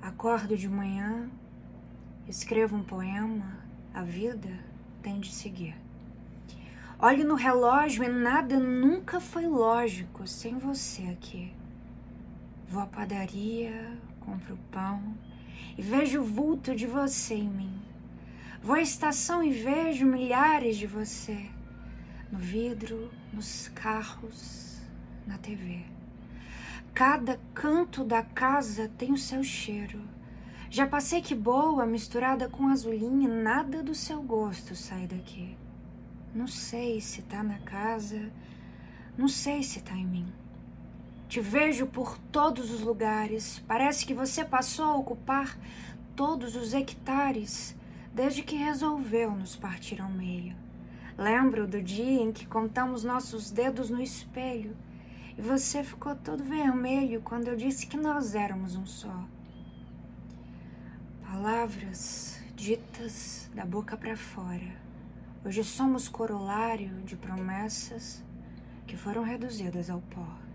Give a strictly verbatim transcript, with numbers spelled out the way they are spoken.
Acordo de manhã, escrevo um poema, a vida tem de seguir. Olho no relógio e nada nunca foi lógico sem você aqui. Vou à padaria, compro pão e vejo o vulto de você em mim. Vou à estação e vejo milhares de você no vidro, nos carros, na T V. Cada canto da casa tem o seu cheiro. Já passei que boa misturada com azulinha, nada do seu gosto sai daqui. Não sei se tá na casa, não sei se tá em mim. Te vejo por todos os lugares, parece que você passou a ocupar todos os hectares desde que resolveu nos partir ao meio. Lembro do dia em que contamos nossos dedos no espelho e você ficou todo vermelho quando eu disse que nós éramos um só. Palavras ditas da boca para fora. Hoje somos corolário de promessas que foram reduzidas ao pó.